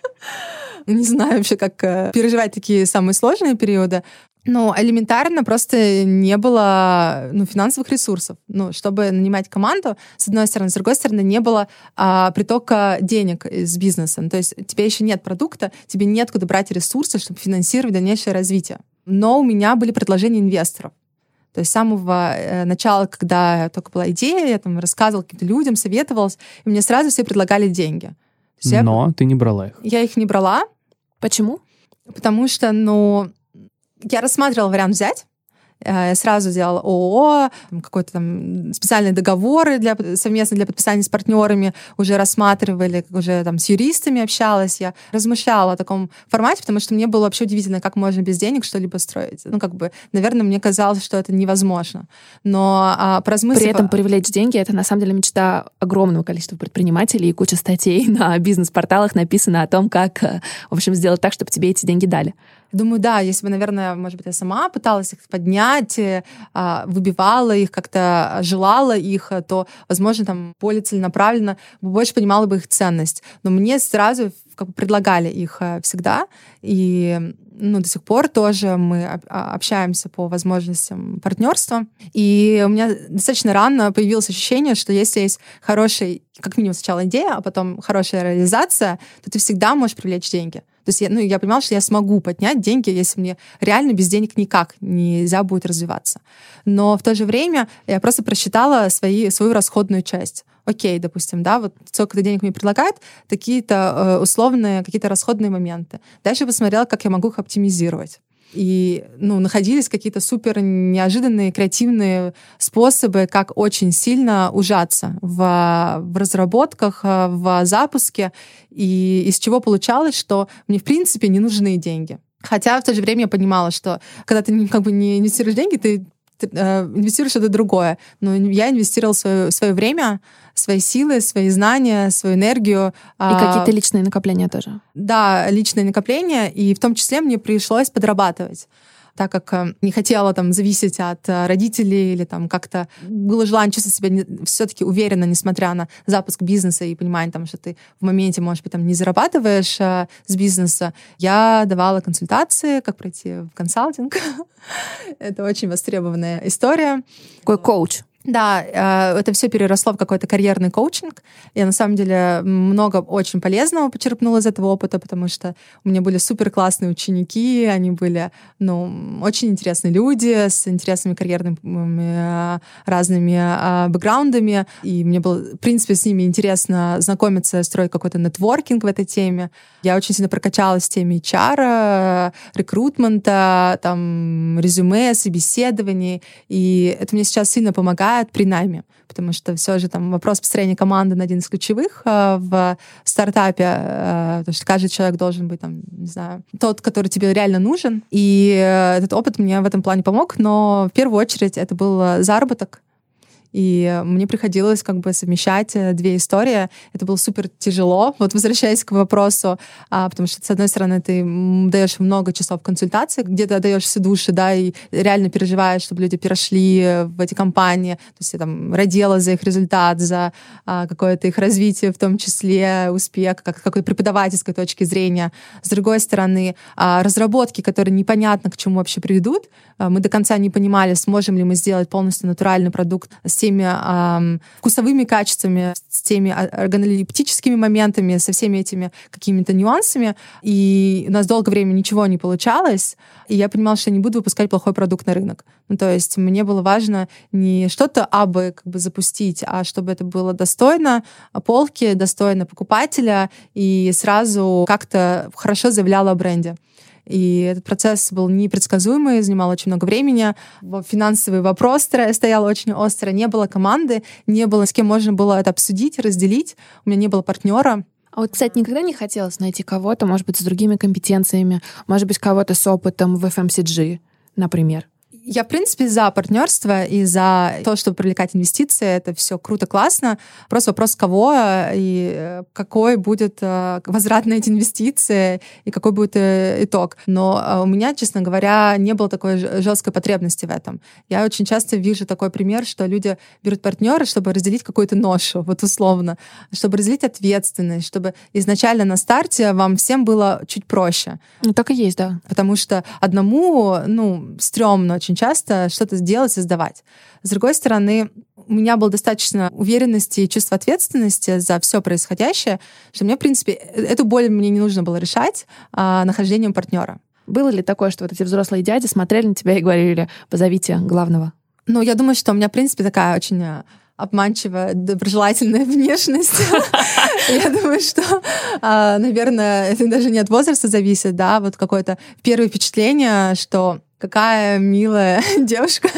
Не знаю вообще, как переживать такие самые сложные периоды. Ну, элементарно просто не было ну, финансовых ресурсов. Ну, чтобы нанимать команду, с одной стороны, с другой стороны, не было а, притока денег из бизнеса. Ну, то есть у тебя еще нет продукта, тебе нет куда брать ресурсы, чтобы финансировать дальнейшее развитие. Но у меня были предложения инвесторов. То есть с самого э, начала, когда только была идея, я там рассказывала каким-то людям, советовалась, и мне сразу все предлагали деньги. Но я, ты не брала их. Я их не брала. Почему? Потому что, ну, я рассматривала вариант взять. Я сразу делала ООО, какой-то там специальные договоры для, совместно для подписания с партнерами уже рассматривали, уже там с юристами общалась. Я размышляла о таком формате, потому что мне было вообще удивительно, как можно без денег что-либо строить. Ну, как бы, наверное, мне казалось, что это невозможно. Но а, поразмыслив... При этом привлечь деньги — это, на самом деле, мечта огромного количества предпринимателей, и куча статей на бизнес-порталах написано о том, как, в общем, сделать так, чтобы тебе эти деньги дали. Думаю, да, если бы, наверное, может быть, я сама пыталась их поднять, выбивала их, как-то желала их, то, возможно, там более целенаправленно больше понимала бы их ценность. Но мне сразу как бы предлагали их всегда, и ну, до сих пор тоже мы общаемся по возможностям партнерства. И у меня достаточно рано появилось ощущение, что если есть хорошая, как минимум сначала идея, а потом хорошая реализация, то ты всегда можешь привлечь деньги. То есть я, ну, я понимала, что я смогу поднять деньги, если мне реально без денег никак нельзя будет развиваться. Но в то же время я просто просчитала свои, свою расходную часть. Окей, допустим, да, вот сколько-то денег мне предлагают, такие-то э, условные, какие-то расходные моменты. Дальше я посмотрела, как я могу их оптимизировать. И ну, находились какие-то супер неожиданные, креативные способы, как очень сильно ужаться в, в разработках, в запуске, и из чего получалось, что мне, в принципе, не нужны деньги. Хотя в то же время я понимала, что когда ты как бы не инвестируешь деньги, ты инвестируешь что-то другое. Но я инвестировала свое, свое время, свои силы, свои знания, свою энергию. И какие-то личные накопления тоже. Да, личные накопления, и в том числе мне пришлось подрабатывать, так как не хотела там зависеть от родителей или там как-то было желание чувствовать себя не, все-таки уверенно, несмотря на запуск бизнеса и понимание, там, что ты в моменте, может быть, там не зарабатываешь а, с бизнеса. Я давала консультации, как пройти в консалтинг. Это очень востребованная история. Какой коуч? Да, это все переросло в какой-то карьерный коучинг. Я, на самом деле, много очень полезного почерпнула из этого опыта, потому что у меня были супер классные ученики, они были, ну, очень интересные люди с интересными карьерными разными бэкграундами, и мне было, в принципе, с ними интересно знакомиться, строить какой-то нетворкинг в этой теме. Я очень сильно прокачалась в теме эйч ар, рекрутмента, там, резюме, собеседований, и это мне сейчас сильно помогает при найме, потому что все же там вопрос построения команды на один из ключевых э, в стартапе, э, потому что каждый человек должен быть там, не знаю, тот, который тебе реально нужен. И э, этот опыт мне в этом плане помог, но в первую очередь это был заработок. И мне приходилось как бы совмещать две истории. Это было супер тяжело. Вот возвращаясь к вопросу, а, потому что, с одной стороны, ты даешь много часов консультаций, где-то отдаешь все души, да, и реально переживаешь, чтобы люди перешли в эти компании. То есть я там родила за их результат, за а, какое-то их развитие, в том числе успех, как какой преподавательской точки зрения. С другой стороны, а, разработки, которые непонятно к чему вообще приведут, а, мы до конца не понимали, сможем ли мы сделать полностью натуральный продукт с теми э, вкусовыми качествами, с теми органолептическими моментами, со всеми этими какими-то нюансами. И у нас долгое время ничего не получалось, и я понимала, что я не буду выпускать плохой продукт на рынок. Ну, то есть мне было важно не что-то абы как бы запустить, а чтобы это было достойно полки, достойно покупателя и сразу как-то хорошо заявляло о бренде. И этот процесс был непредсказуемый, занимал очень много времени. Финансовый вопрос стоял очень остро. Не было команды, не было с кем можно было это обсудить, разделить. У меня не было партнера. А вот, кстати, никогда не хотелось найти кого-то, может быть, с другими компетенциями, может быть, кого-то с опытом в эф эм си джи, например? Я, в принципе, за партнерство и за то, чтобы привлекать инвестиции. Это все круто, классно. Просто вопрос, кого и какой будет возврат на эти инвестиции и какой будет итог. Но у меня, честно говоря, не было такой жесткой потребности в этом. Я очень часто вижу такой пример, что люди берут партнера, чтобы разделить какую-то ношу, вот условно, чтобы разделить ответственность, чтобы изначально на старте вам всем было чуть проще. Ну, так и есть, да. Потому что одному, ну, стрёмно очень часто что-то сделать, создавать. С другой стороны, у меня было достаточно уверенности и чувства ответственности за все происходящее, что мне, в принципе, эту боль мне не нужно было решать а, нахождением партнера. Было ли такое, что вот эти взрослые дяди смотрели на тебя и говорили: позовите главного? Ну, я думаю, что у меня, в принципе, такая очень обманчивая, доброжелательная внешность. Я думаю, что, наверное, это даже не от возраста зависит, да, вот какое-то первое впечатление, что какая милая девушка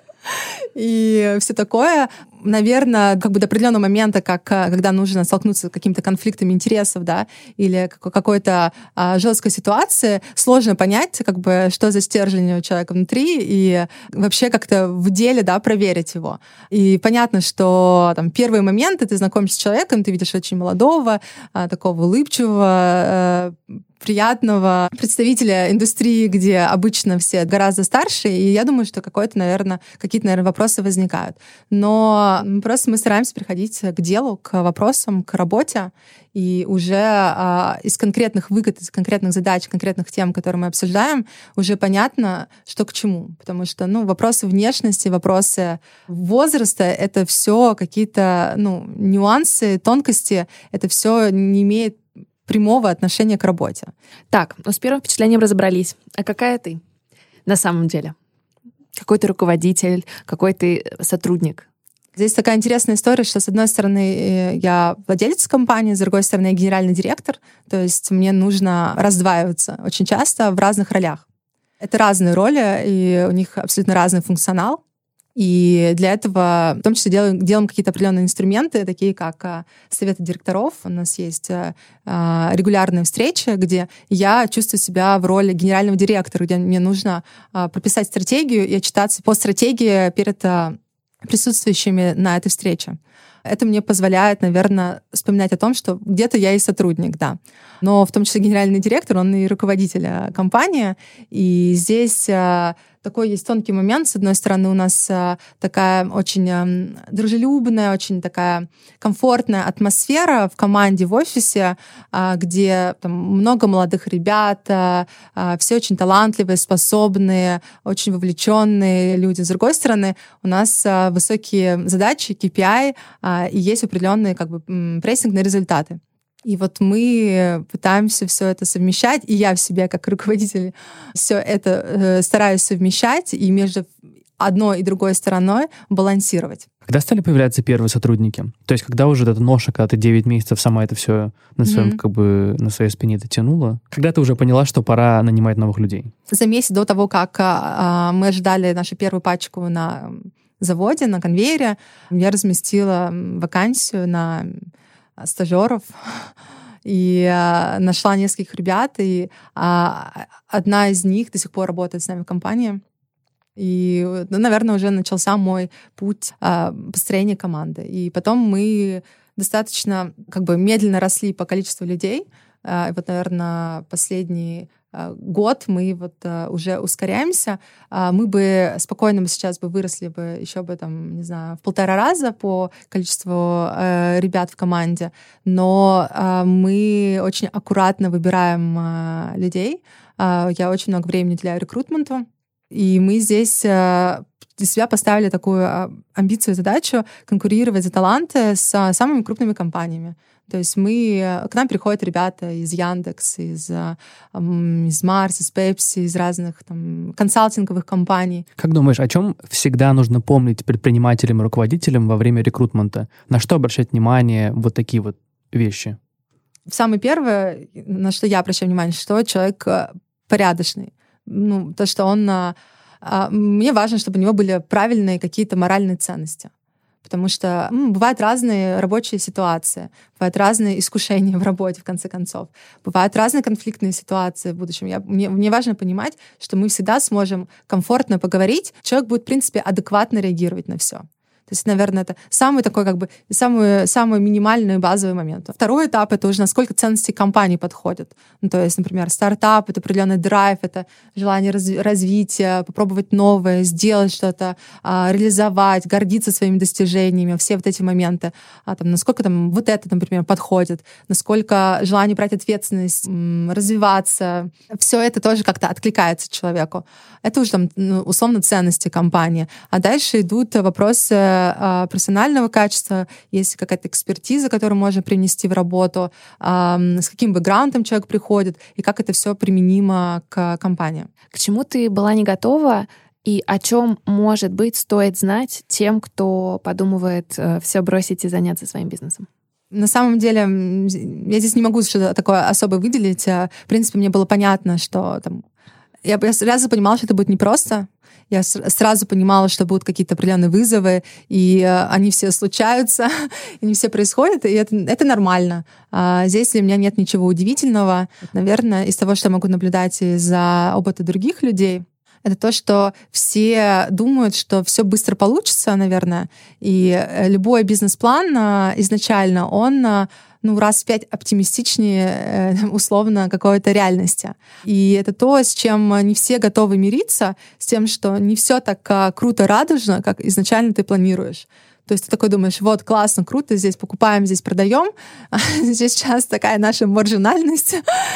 и все такое. Наверное, как бы до определенного момента, как, когда нужно столкнуться с какими-то конфликтами интересов, да, или какой-то а, жесткой ситуации, сложно понять, как бы, что за стержень у человека внутри, и вообще как-то в деле, да, проверить его. И понятно, что там первые моменты ты знакомишься с человеком, ты видишь очень молодого, а, такого улыбчивого, а, приятного представителя индустрии, где обычно все гораздо старше, и я думаю, что какой-то, наверное, какие-то, наверное, вопросы возникают. Но просто мы стараемся приходить к делу, к вопросам, к работе, и уже а, из конкретных выгод, из конкретных задач, конкретных тем, которые мы обсуждаем, уже понятно, что к чему. Потому что, ну, вопросы внешности, вопросы возраста — это все какие-то, ну, нюансы, тонкости, это все не имеет прямого отношения к работе. Так, ну с первым впечатлением разобрались. А какая ты на самом деле? Какой ты руководитель, какой ты сотрудник? Здесь такая интересная история, что, с одной стороны, я владелец компании, с другой стороны, я генеральный директор, то есть мне нужно раздваиваться очень часто в разных ролях. Это разные роли, и у них абсолютно разный функционал. И для этого в том числе делаем, делаем какие-то определенные инструменты, такие как советы директоров. У нас есть регулярные встречи, где я чувствую себя в роли генерального директора, где мне нужно прописать стратегию и отчитаться по стратегии перед присутствующими на этой встрече. Это мне позволяет, наверное, вспоминать о том, что где-то я и сотрудник, да. Но в том числе генеральный директор, он и руководитель компании. И здесь такой есть тонкий момент. С одной стороны, у нас такая очень дружелюбная, очень такая комфортная атмосфера в команде, в офисе, где там много молодых ребят, все очень талантливые, способные, очень вовлеченные люди. С другой стороны, у нас высокие задачи, кей пи ай, и есть определенный как бы прессинг на результаты. И вот мы пытаемся все это совмещать, и я в себе как руководитель все это э, стараюсь совмещать и между одной и другой стороной балансировать. Когда стали появляться первые сотрудники? То есть когда уже эта ноша, когда ты девять месяцев сама это все на, своем, mm-hmm. как бы, на своей спине дотянула, когда ты уже поняла, что пора нанимать новых людей? За месяц до того, как а, мы ожидали нашу первую пачку на заводе, на конвейере, я разместила вакансию на стажеров и а, нашла нескольких ребят, и а, одна из них до сих пор работает с нами в компании. И, ну, наверное, уже начался мой путь а, построения команды. И потом мы достаточно как бы медленно росли по количеству людей. А, и вот, наверное, последний год мы вот uh, уже ускоряемся. Uh, мы бы спокойно сейчас бы выросли бы еще бы там, не знаю, в полтора раза по количеству uh, ребят в команде, но uh, мы очень аккуратно выбираем uh, людей. Uh, я очень много времени уделяю рекрутменту, и мы здесь uh, для себя поставили такую uh, амбицию и задачу конкурировать за таланты с uh, самыми крупными компаниями. То есть мы, к нам приходят ребята из Яндекс, из, из Марс, из Пепси, из разных там, консалтинговых компаний. Как думаешь, о чем всегда нужно помнить предпринимателям и руководителям во время рекрутмента? На что обращать внимание вот такие вот вещи? Самое первое, на что я обращаю внимание, что человек порядочный. Ну, то, что он... Мне важно, чтобы у него были правильные какие-то моральные ценности. Потому что м, бывают разные рабочие ситуации, бывают разные искушения в работе, в конце концов. Бывают разные конфликтные ситуации в будущем. Я, мне, мне важно понимать, что мы всегда сможем комфортно поговорить. Человек будет, в принципе, адекватно реагировать на все. То есть, наверное, это самый такой, как бы, самый, самый минимальный базовый момент. Второй этап — это уже насколько ценности компании подходят. Ну, то есть, например, стартап — это определенный драйв, это желание разви- развития, попробовать новое, сделать что-то, а, реализовать, гордиться своими достижениями, все вот эти моменты. А, там, насколько там вот это, например, подходит, насколько желание брать ответственность, м- развиваться. Все это тоже как-то откликается человеку. Это уже там, ну, условно ценности компании. А дальше идут вопросы персонального качества, есть какая-то экспертиза, которую можно принести в работу, с каким бэкграундом человек приходит, и как это все применимо к компании. К чему ты была не готова, и о чем, может быть, стоит знать тем, кто подумывает все бросить и заняться своим бизнесом? На самом деле, я здесь не могу что-то такое особое выделить. В принципе, мне было понятно, что там... Я сразу понимала, что это будет непросто. Я сразу понимала, что будут какие-то определенные вызовы, и они все случаются, они все происходят, и это, это нормально. А здесь для меня нет ничего удивительного. Наверное, из того, что я могу наблюдать из-за опыта других людей, это то, что все думают, что все быстро получится, наверное, и любой бизнес-план изначально, он ну, раз в пять оптимистичнее, условно, какой-то реальности. И это то, с чем не все готовы мириться, с тем, что не все так круто радужно, как изначально ты планируешь. То есть ты такой думаешь, вот, классно, круто, здесь покупаем, здесь продаем, здесь сейчас такая наша маржинальность,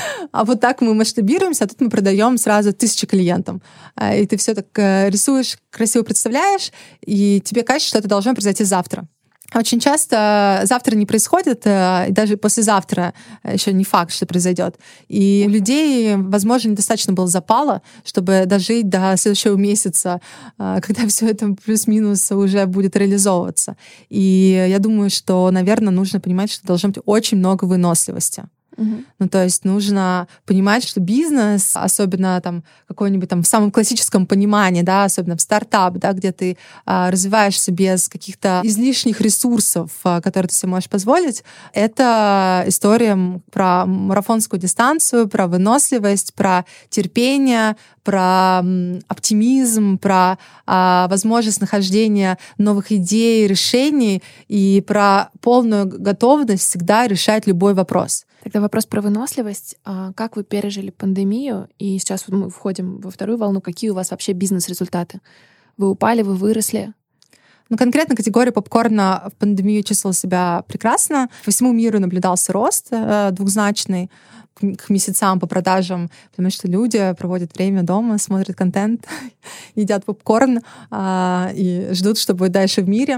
а вот так мы масштабируемся, а тут мы продаем сразу тысячи клиентам. И ты все так рисуешь, красиво представляешь, и тебе кажется, что это должно произойти завтра. Очень часто завтра не происходит, и даже послезавтра еще не факт, что произойдет. И у людей, возможно, недостаточно было запала, чтобы дожить до следующего месяца, когда все это плюс-минус уже будет реализовываться. И я думаю, что, наверное, нужно понимать, что должно быть очень много выносливости. Uh-huh. Ну, то есть нужно понимать, что бизнес, особенно там какой-нибудь там в самом классическом понимании, да, особенно в стартап, да, где ты а, развиваешься без каких-то излишних ресурсов, а, которые ты себе можешь позволить, это история про марафонскую дистанцию, про выносливость, про терпение, про оптимизм, про а, возможность нахождения новых идей, решений и про полную готовность всегда решать любой вопрос. Тогда вопрос про выносливость. Как вы пережили пандемию? И сейчас мы входим во вторую волну. Какие у вас вообще бизнес-результаты? Вы упали, вы выросли? Ну, конкретно категория попкорна в пандемию чувствовала себя прекрасно. По всему миру наблюдался рост э, двухзначный к месяцам по продажам, потому что люди проводят время дома, смотрят контент, едят попкорн а, и ждут, что будет дальше в мире.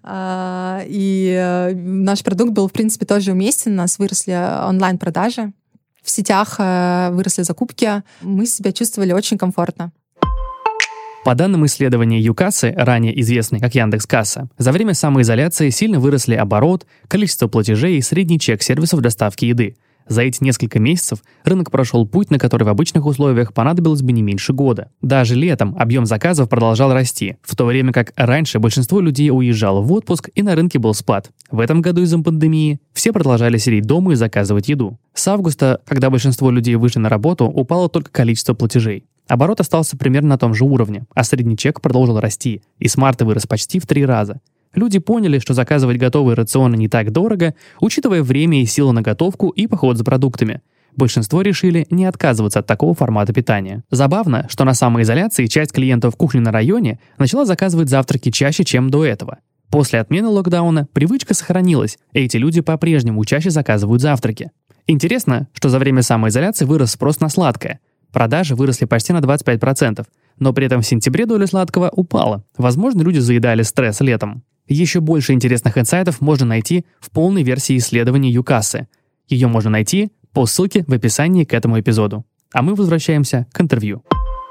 А, и наш продукт был, в принципе, тоже уместен. У нас выросли онлайн-продажи, в сетях а, выросли закупки. Мы себя чувствовали очень комфортно. По данным исследования ЮКассы, ранее известной как Яндекс.Касса, за время самоизоляции сильно выросли оборот, количество платежей и средний чек сервисов доставки еды. За эти несколько месяцев рынок прошел путь, на который в обычных условиях понадобилось бы не меньше года. Даже летом объем заказов продолжал расти, в то время как раньше большинство людей уезжало в отпуск и на рынке был спад. В этом году из-за пандемии все продолжали сидеть дома и заказывать еду. С августа, когда большинство людей вышли на работу, упало только количество платежей. Оборот остался примерно на том же уровне, а средний чек продолжил расти, и с марта вырос почти в три раза. Люди поняли, что заказывать готовые рационы не так дорого, учитывая время и силы на готовку и поход за продуктами. Большинство решили не отказываться от такого формата питания. Забавно, что на самоизоляции часть клиентов кухни на районе начала заказывать завтраки чаще, чем до этого. После отмены локдауна привычка сохранилась, и эти люди по-прежнему чаще заказывают завтраки. Интересно, что за время самоизоляции вырос спрос на сладкое. Продажи выросли почти на двадцать пять процентов, но при этом в сентябре доля сладкого упала. Возможно, люди заедали стресс летом. Еще больше интересных инсайтов можно найти в полной версии исследования ЮКассы. Ее можно найти по ссылке в описании к этому эпизоду. А мы возвращаемся к интервью.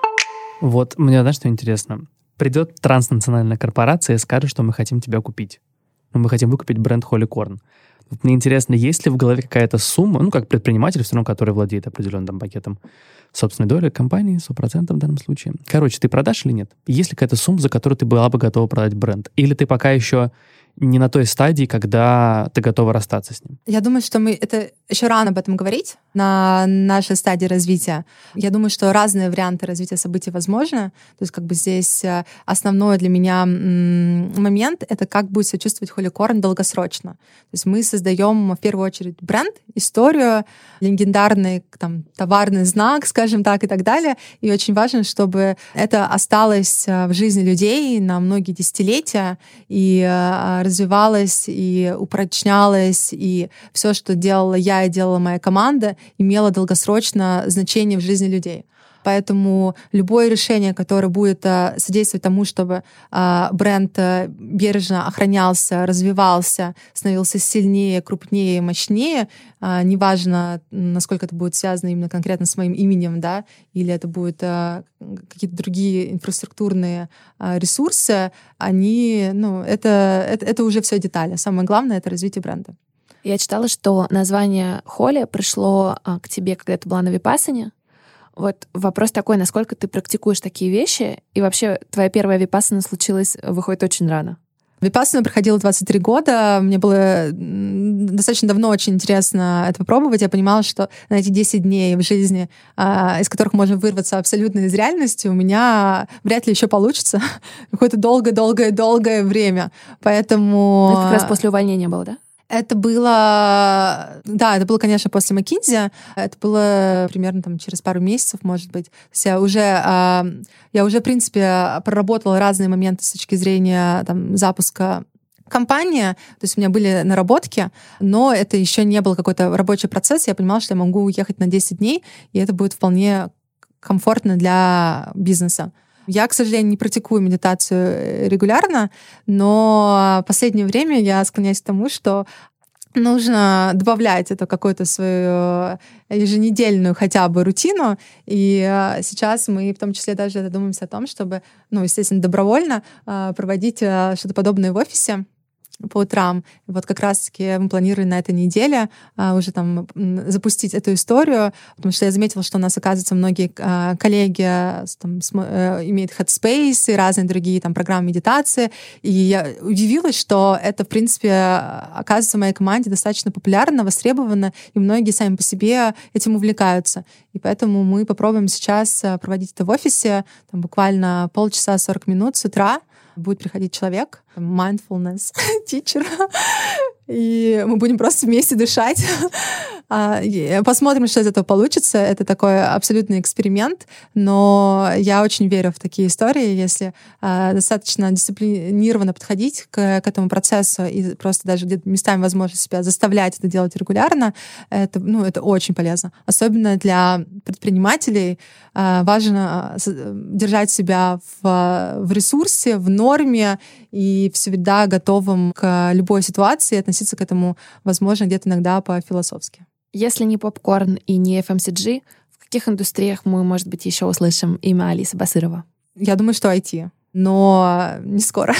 Вот мне, знаешь, что интересно? Придет транснациональная корпорация и скажет, что мы хотим тебя купить. Мы хотим выкупить бренд Holy Corn. Вот мне интересно, есть ли в голове какая-то сумма, ну, как предприниматель, все равно, который владеет определенным там, пакетом собственной доли компании, сто процентов в данном случае. Короче, ты продашь или нет? Есть ли какая-то сумма, за которую ты была бы готова продать бренд? Или ты пока еще не на той стадии, когда ты готова расстаться с ним? Я думаю, что мы это еще рано об этом говорить на нашей стадии развития. Я думаю, что разные варианты развития событий возможны. То есть как бы здесь основной для меня момент — это как будет себя чувствовать Holy Corn долгосрочно. То есть мы создаем в первую очередь бренд, историю, легендарный там, товарный знак, скажем так, и так далее. И очень важно, чтобы это осталось в жизни людей на многие десятилетия и развивалось, и упрочнялось, и все, что делала я и делала моя команда, имело долгосрочное значение в жизни людей. Поэтому любое решение, которое будет содействовать тому, чтобы бренд бережно охранялся, развивался, становился сильнее, крупнее, мощнее, неважно, насколько это будет связано именно конкретно с моим именем, да, или это будут какие-то другие инфраструктурные ресурсы, они, ну, это, это, это уже все детали. Самое главное — это развитие бренда. Я читала, что название Холли пришло к тебе, когда ты была на Випассане. Вот вопрос такой, насколько ты практикуешь такие вещи, и вообще твоя первая випассана случилась, выходит, очень рано. Випассану проходила двадцать три года, мне было достаточно давно очень интересно это попробовать. Я понимала, что на эти десять дней в жизни, из которых можно вырваться абсолютно из реальности, у меня вряд ли еще получится какое-то долгое-долгое-долгое время. Поэтому... Это как раз после увольнения было, да? Это было, да, это было, конечно, после McKinsey. Это было примерно там через пару месяцев, может быть. То есть я уже, я уже, в принципе, проработала разные моменты с точки зрения там, запуска компании. То есть у меня были наработки, но это еще не был какой-то рабочий процесс. Я понимала, что я могу уехать на десять дней, и это будет вполне комфортно для бизнеса. Я, к сожалению, не практикую медитацию регулярно, но в последнее время я склоняюсь к тому, что нужно добавлять это какую-то свою еженедельную хотя бы рутину. И сейчас мы в том числе даже задумываемся о том, чтобы, ну, естественно, добровольно проводить что-то подобное в офисе. по утрам. И вот как раз-таки мы планируем на этой неделе а, уже там запустить эту историю, потому что я заметила, что у нас, оказывается, многие а, коллеги там, см- э, имеют Headspace и разные другие там программы медитации, и я удивилась, что это, в принципе, оказывается, в моей команде достаточно популярно, востребовано, и многие сами по себе этим увлекаются. И поэтому мы попробуем сейчас проводить это в офисе, там буквально полчаса, сорок минут с утра. Будет приходить человек, mindfulness teacher, и мы будем просто вместе дышать. Посмотрим, что из этого получится. Это такой абсолютный эксперимент, но я очень верю в такие истории, если достаточно дисциплинированно подходить к, к этому процессу и просто даже где-то местами возможно себя заставлять это делать регулярно, это, ну, это очень полезно. Особенно для предпринимателей важно держать себя в, в ресурсе, в норме и всегда готовым к любой ситуации и относиться к этому, возможно, где-то иногда по-философски. Если не попкорн и не эф эм си джи, в каких индустриях мы, может быть, еще услышим имя Алисы Басырова? Я думаю, что ай ти, но не скоро.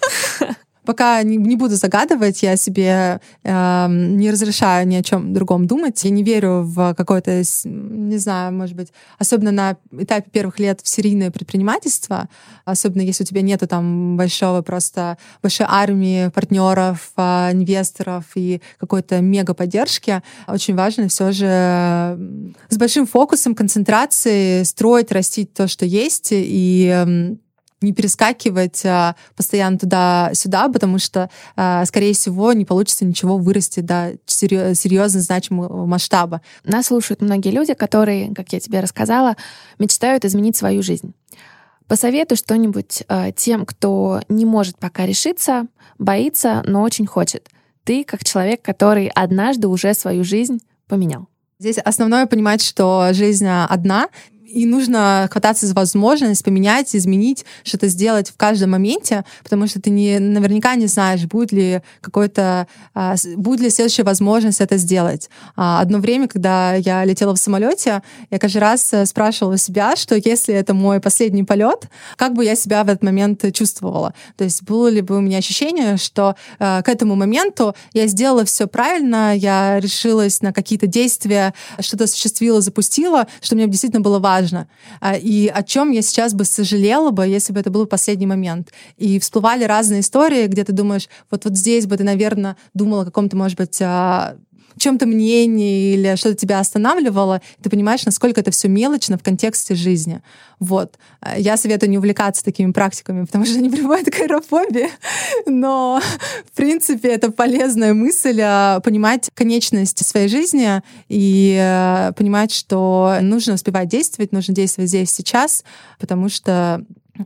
Пока не, не буду загадывать, я себе э, не разрешаю ни о чем другом думать. Я не верю в какое-то, не знаю, может быть, особенно на этапе первых лет в серийное предпринимательство, особенно если у тебя нету там большого просто, большой армии партнеров, э, инвесторов и какой-то мега поддержки. Очень важно все же с большим фокусом, концентрацией строить, растить то, что есть, и э, не перескакивать а, постоянно туда-сюда, потому что, а, скорее всего, не получится ничего вырасти до серьезно значимого масштаба. Нас слушают многие люди, которые, как я тебе рассказала, мечтают изменить свою жизнь. Посоветуй что-нибудь а, тем, кто не может пока решиться, боится, но очень хочет. Ты как человек, который однажды уже свою жизнь поменял. Здесь основное понимать, что жизнь одна, и нужно хвататься за возможность поменять, изменить, что-то сделать в каждом моменте, потому что ты не, наверняка не знаешь, будет ли какой-то, а, будет ли следующая возможность это сделать. А, одно время, когда я летела в самолете, я каждый раз спрашивала себя, что если это мой последний полет, как бы я себя в этот момент чувствовала. То есть было ли бы у меня ощущение, что а, к этому моменту я сделала все правильно, я решилась на какие-то действия, что-то осуществила, запустила, что мне действительно было важно. И о чем я сейчас бы сожалела бы, если бы это был последний момент. И всплывали разные истории, где ты думаешь, вот, вот здесь бы ты, наверное, думала о каком-то, может быть, чем-то мнении или что-то тебя останавливало, и ты понимаешь, насколько это все мелочно в контексте жизни. Вот. Я советую не увлекаться такими практиками, потому что они приводят к аэрофобии, но, в принципе, это полезная мысль понимать конечность своей жизни и понимать, что нужно успевать действовать, нужно действовать здесь, сейчас, потому что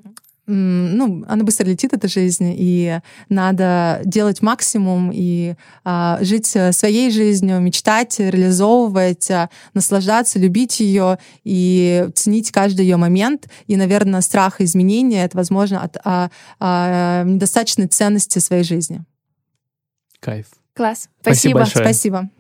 ну, она быстро летит, эта жизнь, и надо делать максимум и а, жить своей жизнью, мечтать, реализовывать, а, наслаждаться, любить ее и ценить каждый ее момент. И, наверное, страх изменения — это, возможно, от а, а, недостаточной ценности своей жизни. Кайф. Класс. Спасибо Спасибо. большое. Спасибо.